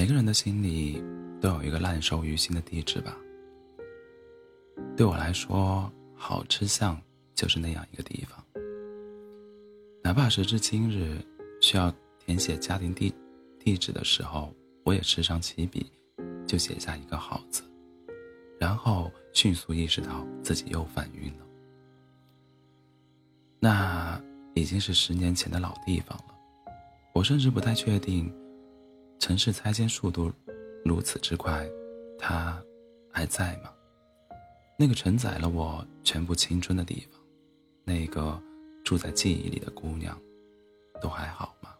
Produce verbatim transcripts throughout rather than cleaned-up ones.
每个人的心里都有一个烂熟于心的地址吧。对我来说，好吃巷就是那样一个地方。哪怕时至今日，需要填写家庭地地址的时候，我也时常起笔就写下一个好字，然后迅速意识到自己又犯晕了。那已经是十年前的老地方了，我甚至不太确定城市拆迁速度如此之快，它还在吗？那个承载了我全部青春的地方，那个住在记忆里的姑娘，都还好吗？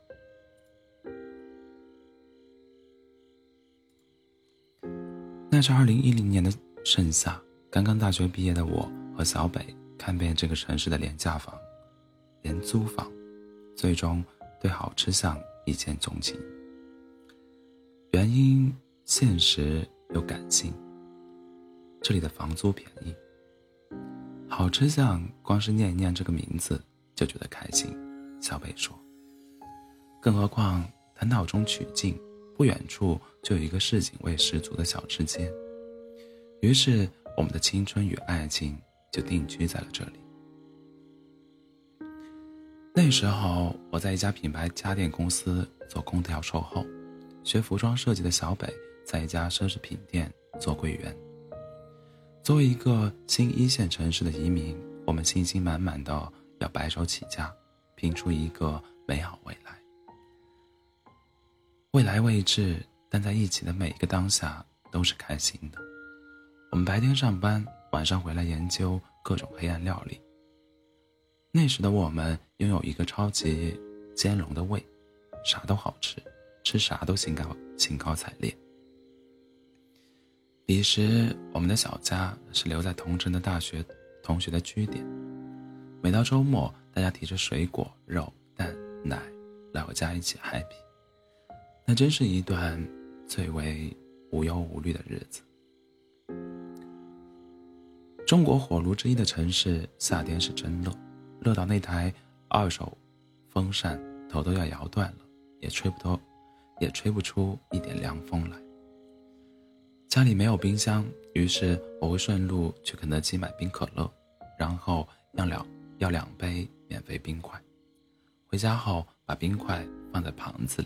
那是二零一零年的盛夏，刚刚大学毕业的我和小北看遍这个城市的廉价房，廉租房，最终对好吃巷一见钟情。原因现实又感性，这里的房租便宜。好吃巷光是念一念这个名字就觉得开心，小北说。更何况他闹中取静，不远处就有一个市井味十足的小吃街。于是我们的青春与爱情就定居在了这里。那时候我在一家品牌家电公司做空调售后，学服装设计的小北在一家奢侈品店做柜员。作为一个新一线城市的移民，我们信心满满的要白手起家，拼出一个美好未来。未来未知，但在一起的每一个当下都是开心的。我们白天上班，晚上回来研究各种黑暗料理。那时的我们拥有一个超级兼容的胃，啥都好吃，吃啥都兴高兴高采烈。彼时我们的小家是留在同城的大学同学的居点，每到周末大家提着水果、肉、蛋、奶来我家一起 happy， 那真是一段最为无忧无虑的日子。中国火炉之一的城市，夏天是真热，热到那台二手风扇头都要摇断了，也吹不透，也吹不出一点凉风来。家里没有冰箱，于是我会顺路去肯德基买冰可乐，然后要两要两杯免费冰块。回家后把冰块放在盘子里，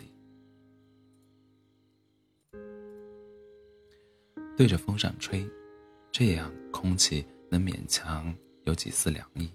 对着风扇吹，这样空气能勉强有几丝凉意。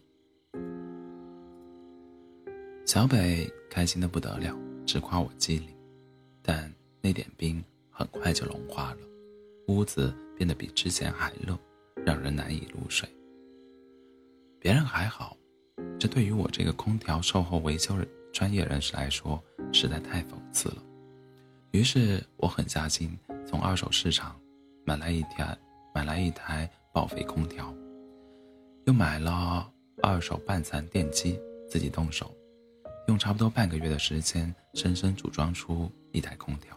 小北开心得不得了，直夸我机灵，但那点冰很快就融化了，屋子变得比之前还热，让人难以入睡。别人还好，这对于我这个空调售后维修专业人士来说实在太讽刺了。于是我狠下心从二手市场买来一台买来一台报废空调，又买了二手半残电机，自己动手，用差不多半个月的时间深深组装出一台空调。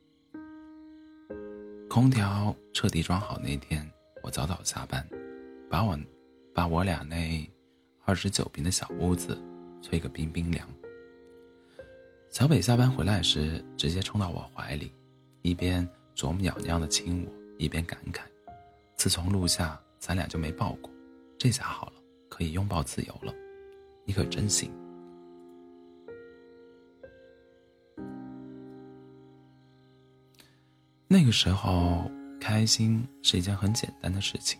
空调彻底装好那天，我早早下班，把我把我俩那二十九平的小屋子吹个冰冰凉。小北下班回来时，直接冲到我怀里，一边啄木鸟那样的亲我，一边感慨：自从录下，咱俩就没抱过，这下好了，可以拥抱自由了。你可真行。那个时候，开心是一件很简单的事情。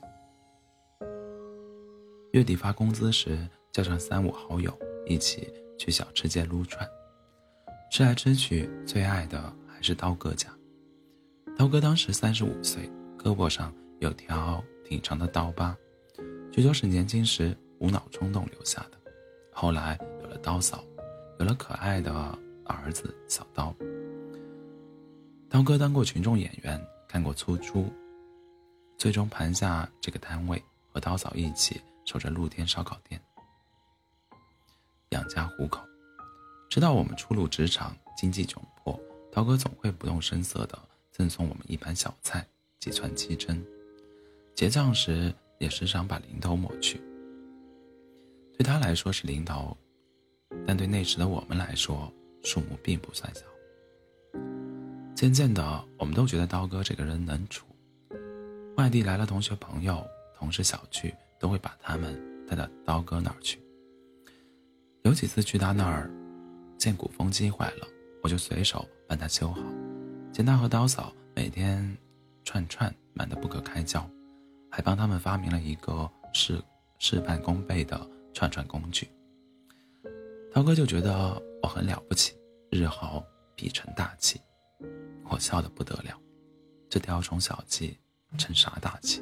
月底发工资时，叫上三五好友一起去小吃街撸串，吃来吃去，最爱的还是刀哥家。刀哥当时三十五岁，胳膊上有条挺长的刀疤，据说是年轻时无脑冲动留下的。后来有了刀嫂，有了可爱的儿子小刀。刀哥当过群众演员，干过粗租，最终盘下这个摊位，和刀嫂一起守着露天烧烤店，养家糊口。直到我们初入职场，经济窘迫，刀哥总会不动声色地赠送我们一盘小菜，几串鸡胗，结账时也时常把零头抹去。对他来说是零头，但对那时的我们来说，数目并不算小。 渐渐的，我们都觉得刀哥这个人能处。外地来了同学朋友、同事小聚，都会把他们带到刀哥那儿去。有几次去他那儿，见鼓风机坏了，我就随手帮他修好。见他和刀嫂每天串串忙得不可开交，还帮他们发明了一个事事半功倍的串串工具。刀哥就觉得我很了不起，日后必成大器。我笑得不得了，这雕虫小技成啥大器？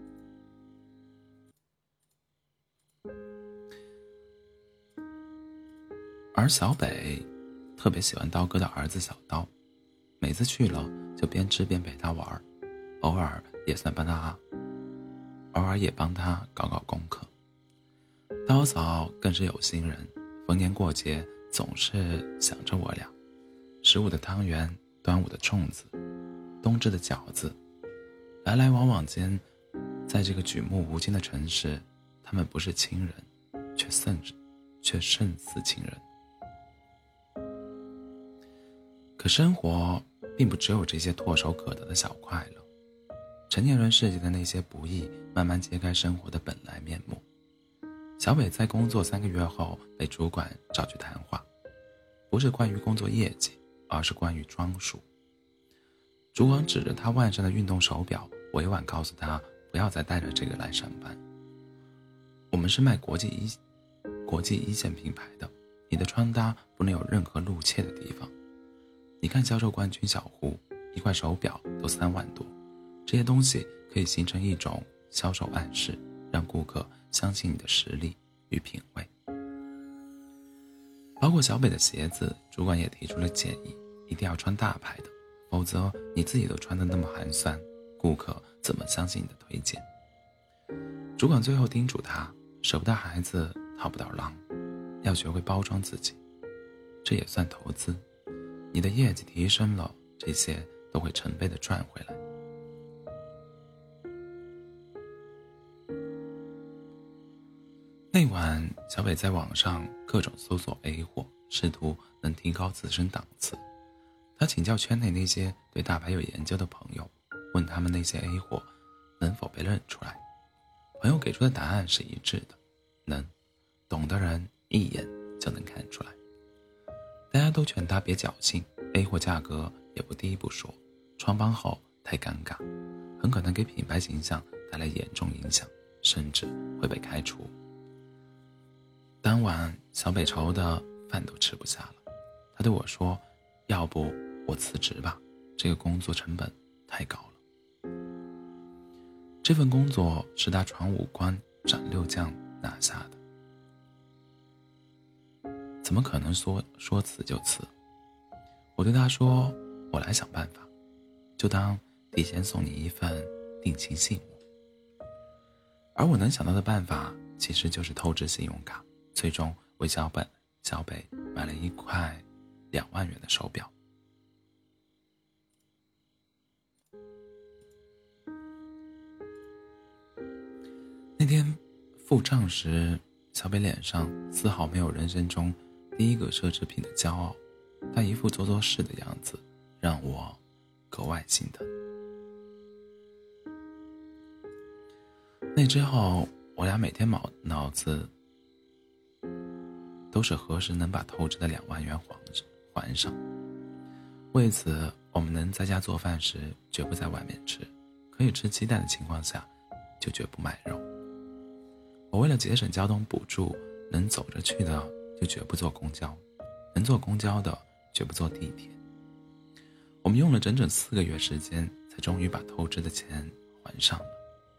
而小北特别喜欢刀哥的儿子小刀，每次去了就边吃边陪他玩，偶尔也算帮他，偶尔也帮他搞搞功课。刀嫂更是有心人，逢年过节总是想着我俩，十五的汤圆，端午的粽子，冬至的饺子，来来往往间，在这个举目无亲的城市，他们不是亲人，却胜却胜似亲人。可生活并不只有这些唾手可得的小快乐，成年人世界的那些不易，慢慢揭开生活的本来面目。小北在工作三个月后被主管找去谈话，不是关于工作业绩，而是关于装束。主管指着他腕上的运动手表，委婉告诉他不要再带着这个来上班。我们是卖国际一国际一线品牌的，你的穿搭不能有任何露怯的地方。你看销售冠军小胡，一块手表都三万多，这些东西可以形成一种销售暗示，让顾客相信你的实力与品味。包括小北的鞋子，主管也提出了建议，一定要穿大牌的，否则你自己都穿得那么寒酸，顾客怎么相信你的推荐？主管最后叮嘱他，舍不得孩子套不到狼，要学会包装自己，这也算投资。你的业绩提升了，这些都会成倍的赚回来。那晚，小北在网上各种搜索 A 货，试图能提高自身档次。他请教圈内那些对大牌有研究的朋友，问他们那些 A 货能否被认出来。朋友给出的答案是一致的，能，懂的人一眼就能看出来。大家都劝他别侥幸， A 货价格也不低不说，穿帮后太尴尬，很可能给品牌形象带来严重影响，甚至会被开除。当晚小北愁的饭都吃不下了，他对我说，要不我辞职吧，这个工作成本太高了。这份工作是他闯五关斩六将拿下的，怎么可能说说辞就辞？我对他说，我来想办法，就当提前送你一份定情信物。而我能想到的办法其实就是透支信用卡，最终为小北小北买了一块两万元的手表。那天付账时，小北脸上丝毫没有人生中第一个奢侈品的骄傲，他一副做错事的样子，让我格外心疼。那之后，我俩每天脑脑子都是何时能把透支的两万元还还上。为此，我们能在家做饭时绝不在外面吃，可以吃鸡蛋的情况下就绝不买肉。我为了节省交通补助，能走着去的就绝不坐公交，能坐公交的绝不坐地铁。我们用了整整四个月时间，才终于把透支的钱还上了。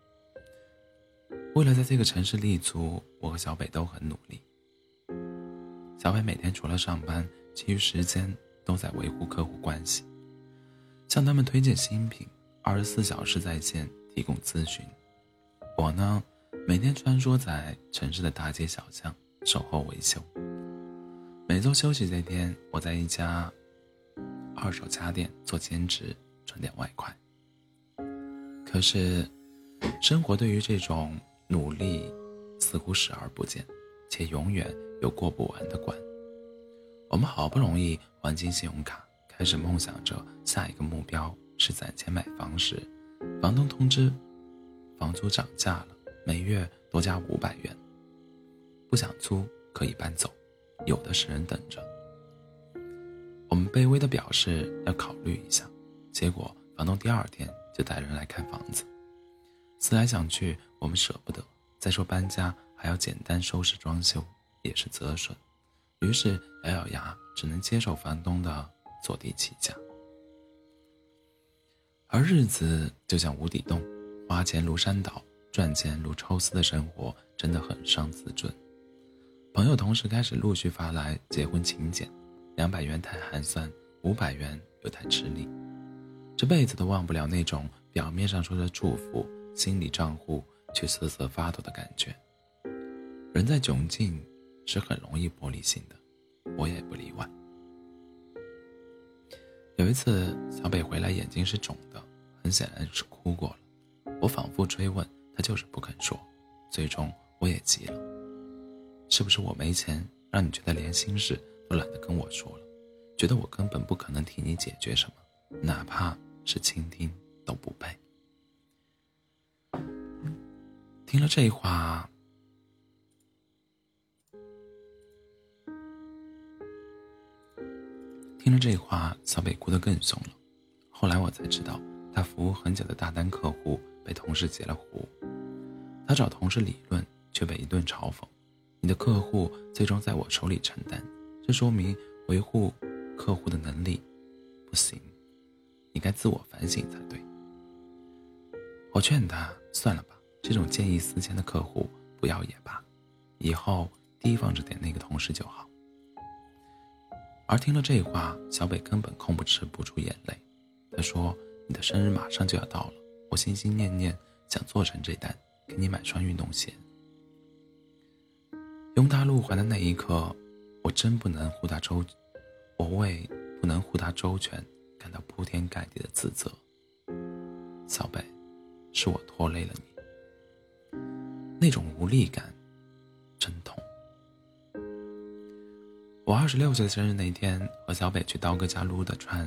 为了在这个城市立足，我和小北都很努力。小北每天除了上班，其余时间都在维护客户关系，向他们推荐新品，二十四小时在线提供咨询。我呢，每天穿梭在城市的大街小巷，售后维修。每周休息这天，我在一家二手家电做兼职，赚点外快。可是，生活对于这种努力似乎视而不见，且永远有过不完的关。我们好不容易还清信用卡，开开始梦想着下一个目标是攒钱买房时，房东通知房租涨价了，每月多加五百元，不想租可以搬走，有的是人等着。我们卑微地表示要考虑一下，结果房东第二天就带人来看房子。思来想去，我们舍不得，再说搬家还要简单收拾装修，也是折损，于是咬咬牙只能接受房东的坐地起价。而日子就像无底洞，花钱如山倒，赚钱如抽丝的生活真的很伤自尊。朋友同时开始陆续发来结婚请柬，两百元太寒酸，五百元又太吃力，这辈子都忘不了那种表面上说着祝福，心理账户却瑟瑟发抖的感觉。人在窘境是很容易玻璃心的，我也不例外。有一次小北回来眼睛是肿的，很显然是哭过了，我反复追问，他就是不肯说，最终我也急了，是不是我没钱让你觉得连心事都懒得跟我说了，觉得我根本不可能替你解决什么，哪怕是倾听都不配。听了这话，听了这话，小北哭得更凶了。后来我才知道，他服务很久的大单客户被同事截了胡，他找同事理论，却被一顿嘲讽。你的客户最终在我手里承担，这说明维护客户的能力不行，你该自我反省才对。我劝他算了吧，这种见异思迁的客户不要也罢，以后提防着点那个同事就好。而听了这话，小北根本控制不住眼泪。他说，你的生日马上就要到了，我心心念念想做成这单，给你买双运动鞋。拥他入怀的那一刻，我真不能护他周我为不能护他周全感到铺天盖地的自责。小北，是我拖累了你，那种无力感真痛。我二十六岁生日那天，和小北去刀哥家撸的串。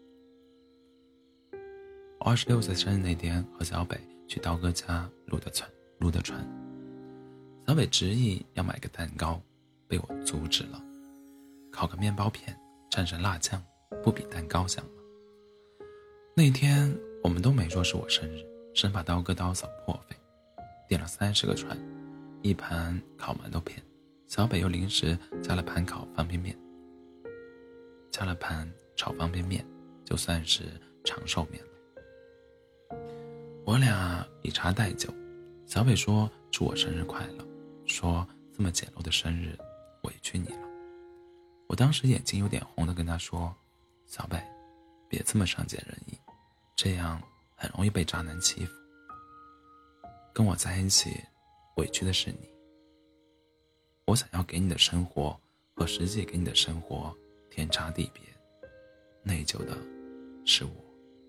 我二十六岁生日那天，和小北去刀哥家撸的串，撸的串。小北执意要买个蛋糕，被我阻止了。烤个面包片，蘸上辣酱，不比蛋糕香吗？那天我们都没说是我生日，生怕刀哥刀嫂破费，点了三十个串，一盘烤馒头片。小北又临时加了盘烤方便面，加了盘炒方便面，就算是长寿面了。我俩以茶代酒，小北说祝我生日快乐，说这么简陋的生日委屈你了。我当时眼睛有点红的跟他说，小北，别这么善解人意，这样很容易被渣男欺负。跟我在一起，委屈的是你。我想要给你的生活和实际给你的生活天差地别，内疚的是我。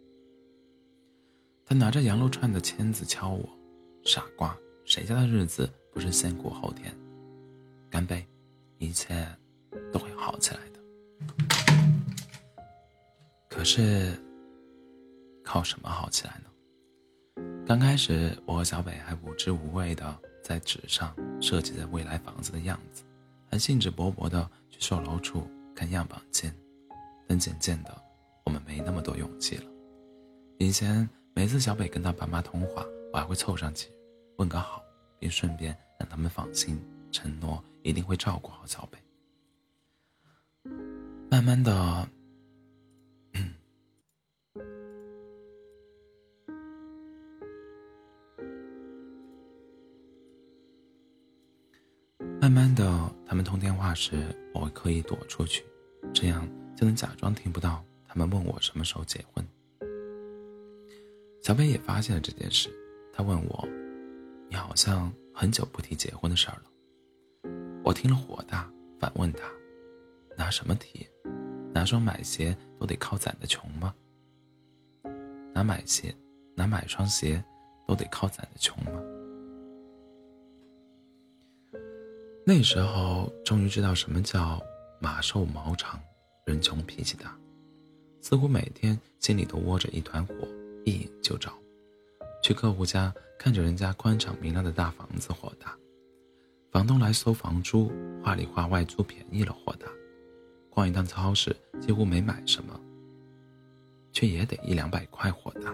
他拿着羊肉串的签子敲我，傻瓜，谁家的日子不是先苦后甜？干杯，一切都会好起来的。可是靠什么好起来呢？刚开始我和小北还无知无畏的在纸上设计着未来房子的样子，还兴致勃勃地去售楼处看样板间，但渐渐的我们没那么多勇气了。以前每次小北跟他爸妈通话，我还会凑上去问个好，并顺便让他们放心，承诺一定会照顾好小北。慢慢的慢慢的，他们通电话时，我会刻意躲出去，这样就能假装听不到他们问我什么时候结婚。小北也发现了这件事，他问我，你好像很久不提结婚的事儿了。我听了火大，反问他，拿什么提？拿双买鞋都得靠攒的穷吗？拿买鞋，拿买双鞋都得靠攒的穷吗？那时候终于知道什么叫马瘦毛长，人穷脾气大。 似乎每天心里都窝着一团火，一引就着。去客户家看着人家宽敞明亮的大房子火大，房东来收房租，话里话外租便宜了火大，逛一趟超市几乎没买什么，却也得一两百块火大。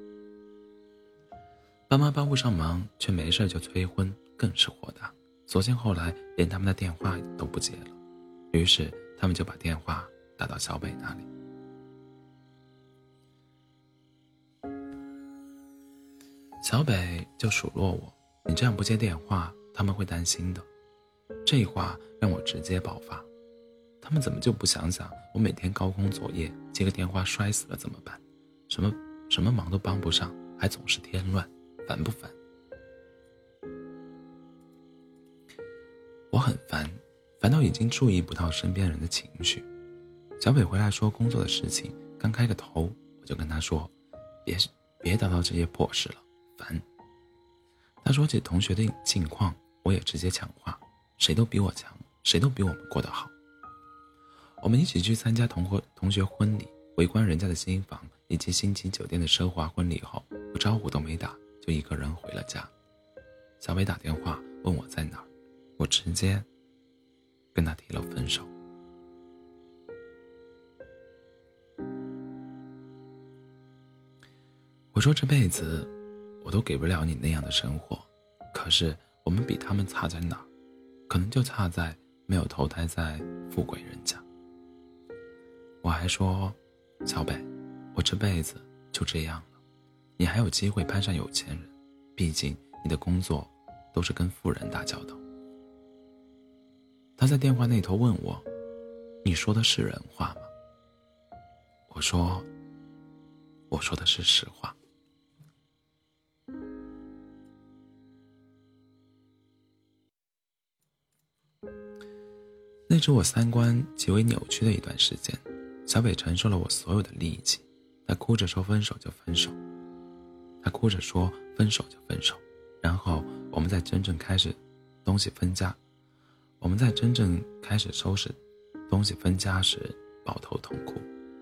爸妈帮不上忙，却没事就催婚，更是火大。索性后来连他们的电话都不接了，于是他们就把电话打到小北那里。小北就数落我，你这样不接电话，他们会担心的。这话让我直接爆发，他们怎么就不想想，我每天高空作业，接个电话摔死了怎么办？什么什么忙都帮不上，还总是添乱，烦不烦？我很烦，烦到已经注意不到身边人的情绪。小北回来说工作的事情，刚开个头，我就跟他说，别别叨叨这些破事了，烦。他说起同学的近况，我也直接抢话，谁都比我强，谁都比我们过得好。我们一起去参加同学同学婚礼，围观人家的新房以及星级酒店的奢华婚礼后，我招呼都没打，就一个人回了家。小北打电话问我在哪儿，我直接跟他提了分手。我说这辈子我都给不了你那样的生活，可是我们比他们差在哪儿？可能就差在没有投胎在富贵人家。我还说，小北，我这辈子就这样了，你还有机会攀上有钱人，毕竟你的工作都是跟富人打交道。他在电话那头问我，你说的是人话吗？我说，我说的是实话。那是我三观极为扭曲的一段时间，小北承受了我所有的戾气，他哭着说分手就分手，他哭着说分手就分手，然后我们在真正开始东西分家，我们在真正开始收拾东西分家时抱头痛哭。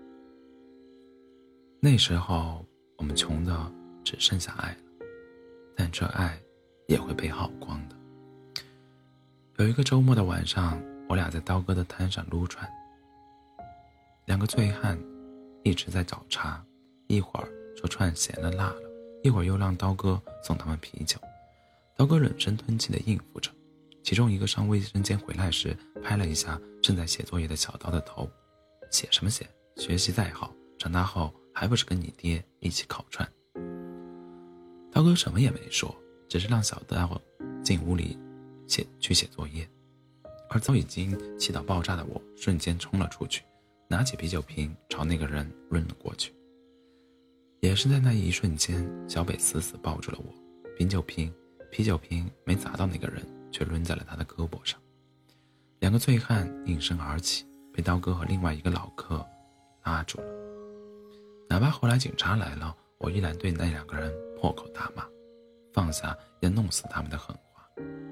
那时候我们穷的只剩下爱了，但这爱也会被耗光的。有一个周末的晚上，我俩在刀哥的摊上撸串，两个醉汉一直在找茬，一会儿说串咸了辣了，一会儿又让刀哥送他们啤酒。刀哥忍声吞气地应付着，其中一个上卫生间回来时拍了一下正在写作业的小刀的头，写什么写，学习再好，长大后还不是跟你爹一起烤串。刀哥什么也没说，只是让小刀进屋里写去写作业，而早已经气到爆炸的我瞬间冲了出去，拿起啤酒瓶朝那个人抡了过去。也是在那一瞬间，小北死死抱住了我，啤酒瓶啤酒瓶没砸到那个人，却抡在了他的胳膊上。两个醉汉应声而起，被刀哥和另外一个老客拉住了。哪怕后来警察来了，我依然对那两个人破口大骂，放下要弄死他们的狠话。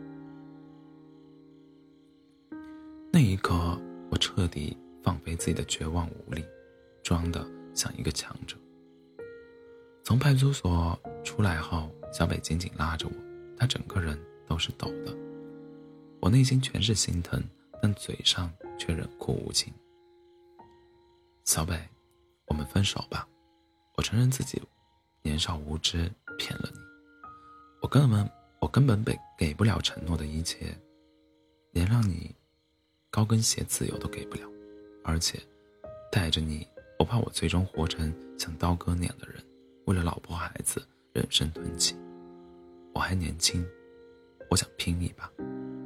那一刻，我彻底放飞自己的绝望无力，装得像一个强者。从派出所出来后，小北紧紧拉着我，他整个人都是抖的。我内心全是心疼，但嘴上却冷酷无情。小北，我们分手吧。我承认自己年少无知，骗了你。我根本我根本给给不了承诺的一切，连让你高跟鞋自由都给不了。而且带着你，我怕我最终活成像刀哥那样的人，为了老婆孩子忍声吞气。我还年轻，我想拼一把。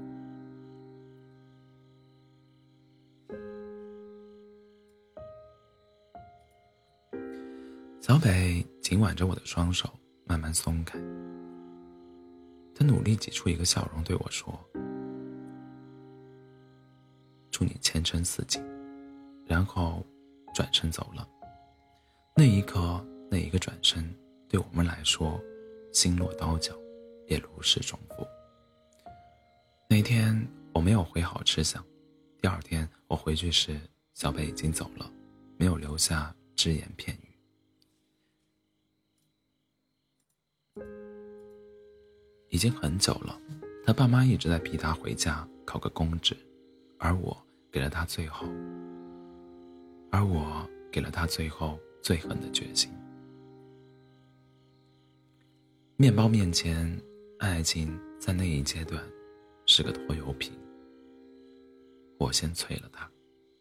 小北紧挽着我的双手，慢慢松开。他努力挤出一个笑容对我说，祝你前程似锦，然后转身走了。那一刻，那一个转身，对我们来说，心落刀绞，也如释重负。那天我没有回好吃相，第二天我回去时，小北已经走了，没有留下只言片语。已经很久了，他爸妈一直在逼他回家考个公职，而我给了他最后，而我给了他最后最狠的决心。面包面前，爱情在那一阶段是个拖油瓶，我先催了他。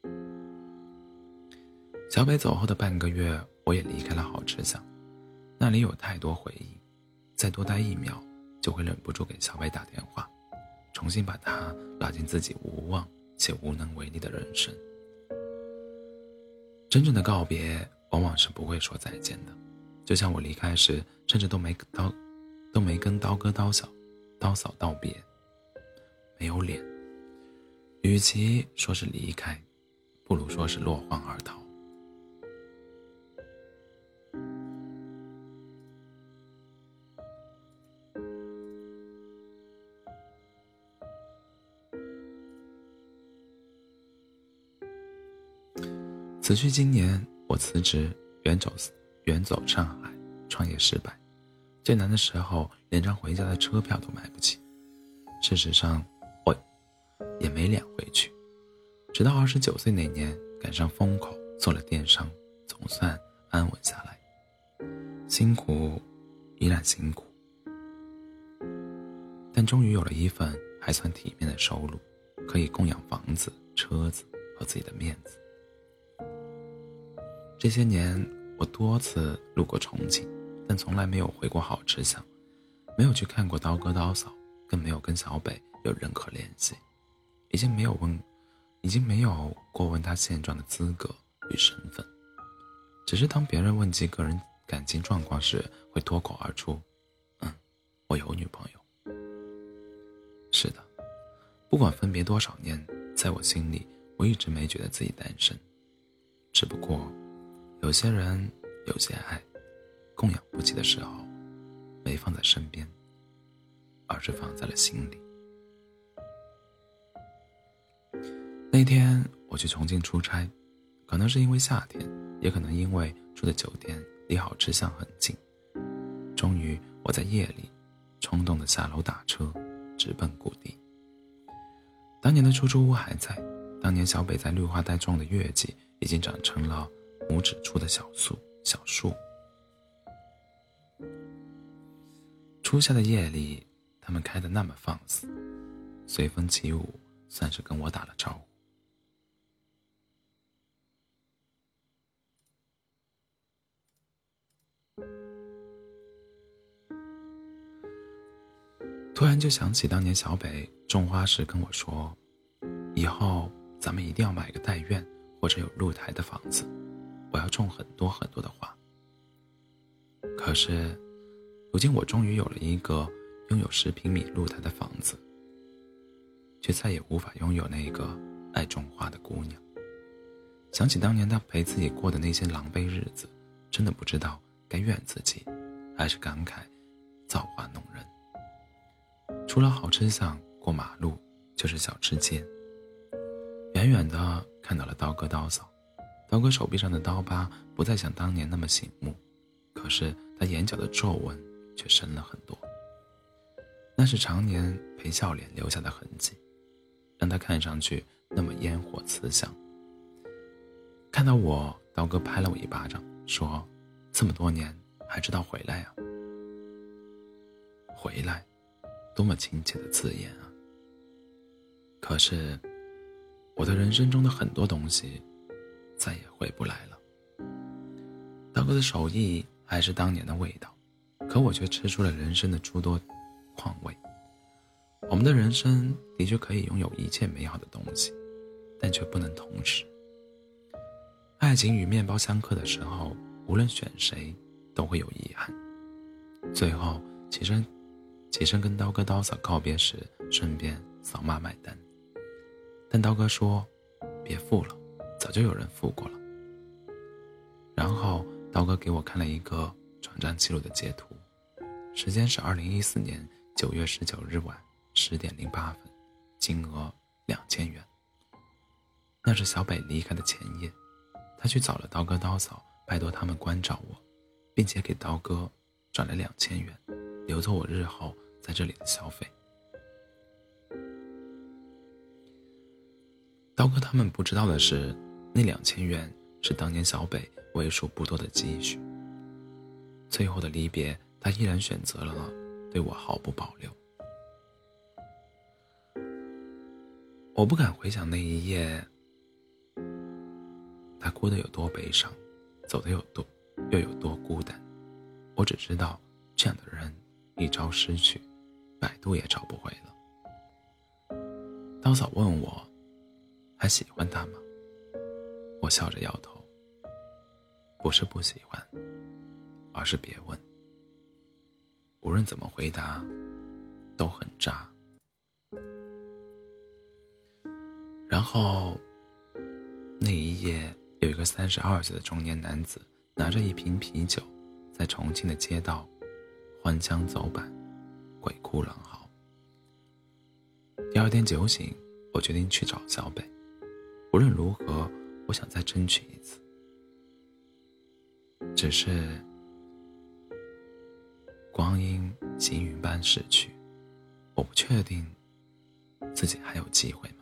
小北走后的半个月，我也离开了好吃巷，那里有太多回忆，再多待一秒就会忍不住给小北打电话，重新把他拉进自己无望且无能为力的人生。真正的告别往往是不会说再见的，就像我离开时甚至都没刀都没跟刀哥刀嫂刀嫂道别，没有脸。与其说是离开，不如说是落荒而逃。辞去今年，我辞职远走远走上海，创业失败，最难的时候连张回家的车票都买不起。事实上，我也没脸回去。直到二十九岁那年赶上风口，做了电商，总算安稳下来。辛苦依然辛苦，但终于有了一份还算体面的收入，可以供养房子、车子和自己的面子。这些年，我多次路过重庆，但从来没有回过好吃巷，没有去看过刀哥刀嫂，更没有跟小北有任何联系，已经没有问，已经没有过问他现状的资格与身份。只是当别人问及个人感情状况时，会脱口而出：“嗯，我有女朋友。”是的，不管分别多少年，在我心里，我一直没觉得自己单身，只不过。有些人，有些爱，供养不起的时候，没放在身边，而是放在了心里。那天我去重庆出差，可能是因为夏天，也可能因为住的酒店离好吃巷很近。终于，我在夜里冲动地下楼打车，直奔故地。当年的出租屋还在，当年小北在绿化带种的月季已经长成了拇指处的小树小树。初夏的夜里，他们开得那么放肆，随风起舞，算是跟我打了招呼。突然就想起当年小北种花时跟我说，以后咱们一定要买个带院或者有露台的房子，我要种很多很多的花。可是如今我终于有了一个拥有十平米露台的房子，却再也无法拥有那个爱种花的姑娘。想起当年她陪自己过的那些狼狈日子，真的不知道该怨自己还是感慨造化弄人。除了好吃巷，过马路就是小吃街。远远的看到了刀哥刀嫂，刀哥手臂上的刀疤不再像当年那么醒目，可是他眼角的皱纹却深了很多。那是常年陪笑脸留下的痕迹，让他看上去那么烟火慈祥。看到我，刀哥拍了我一巴掌，说：“这么多年还知道回来呀？”回来，多么亲切的字眼啊！可是，我的人生中的很多东西，再也回不来了。刀哥的手艺还是当年的味道，可我却吃出了人生的诸多况味。我们的人生的确可以拥有一切美好的东西，但却不能同时。爱情与面包相克的时候，无论选谁，都会有遗憾。最后起身起身跟刀哥刀嫂告别时，顺便扫码买单。但刀哥说：“别付了，早就有人付过了。”然后刀哥给我看了一个转账记录的截图，时间是二零一四年九月十九日晚十点零八分，金额两千元。那是小北离开的前夜，他去找了刀哥刀嫂， 拜托他们关照我，并且给刀哥转了两千元，留作我日后在这里的消费。刀哥他们不知道的是，那两千元是当年小北为数不多的积蓄。最后的离别，他依然选择了对我毫不保留。我不敢回想那一夜，他哭得有多悲伤，走得有多又有多孤单。我只知道，这样的人一朝失去，百度也找不回了。刀嫂问我，还喜欢他吗？我笑着摇头，不是不喜欢，而是别问。无论怎么回答，都很渣。然后，那一夜，有一个三十二岁的中年男子拿着一瓶啤酒，在重庆的街道欢腔走板，鬼哭狼嚎。第二天酒醒，我决定去找小北，无论如何，我想再争取一次。只是光阴行云般逝去，我不确定自己还有机会吗？